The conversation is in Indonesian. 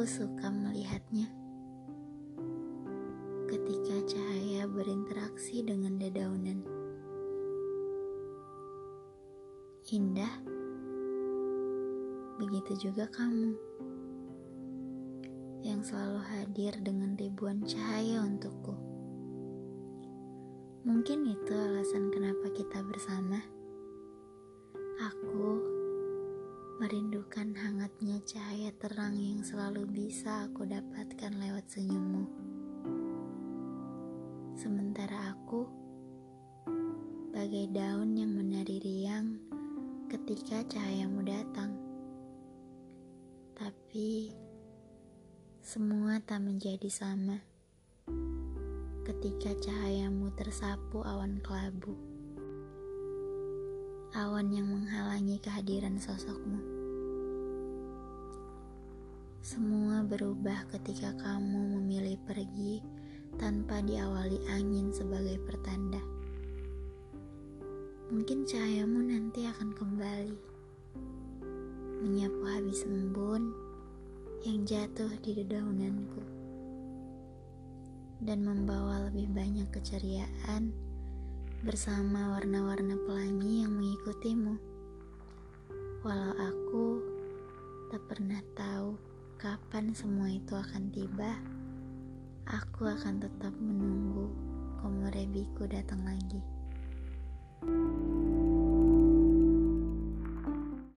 Aku suka melihatnya ketika cahaya berinteraksi dengan dedaunan. Indah, begitu juga kamu yang selalu hadir dengan ribuan cahaya untukku. Mungkin itu alasan kenapa kita bersama. Aku merindukan hangatnya cahaya terang yang selalu bisa aku dapatkan lewat senyummu. Sementara aku bagai daun yang menari riang ketika cahayamu datang. Tapi semua tak menjadi sama ketika cahayamu tersapu awan kelabu. Awan yang menghalangi kehadiran sosokmu. Semua berubah ketika kamu memilih pergi tanpa diawali angin sebagai pertanda. Mungkin cahayamu nanti akan kembali, menyapu habis embun yang jatuh di dedaunanku, dan membawa lebih banyak keceriaan bersama warna-warna pelangi yang mengikutimu. Walau aku tak pernah tahu kapan semua itu akan tiba, aku akan tetap menunggu komorebiku datang lagi.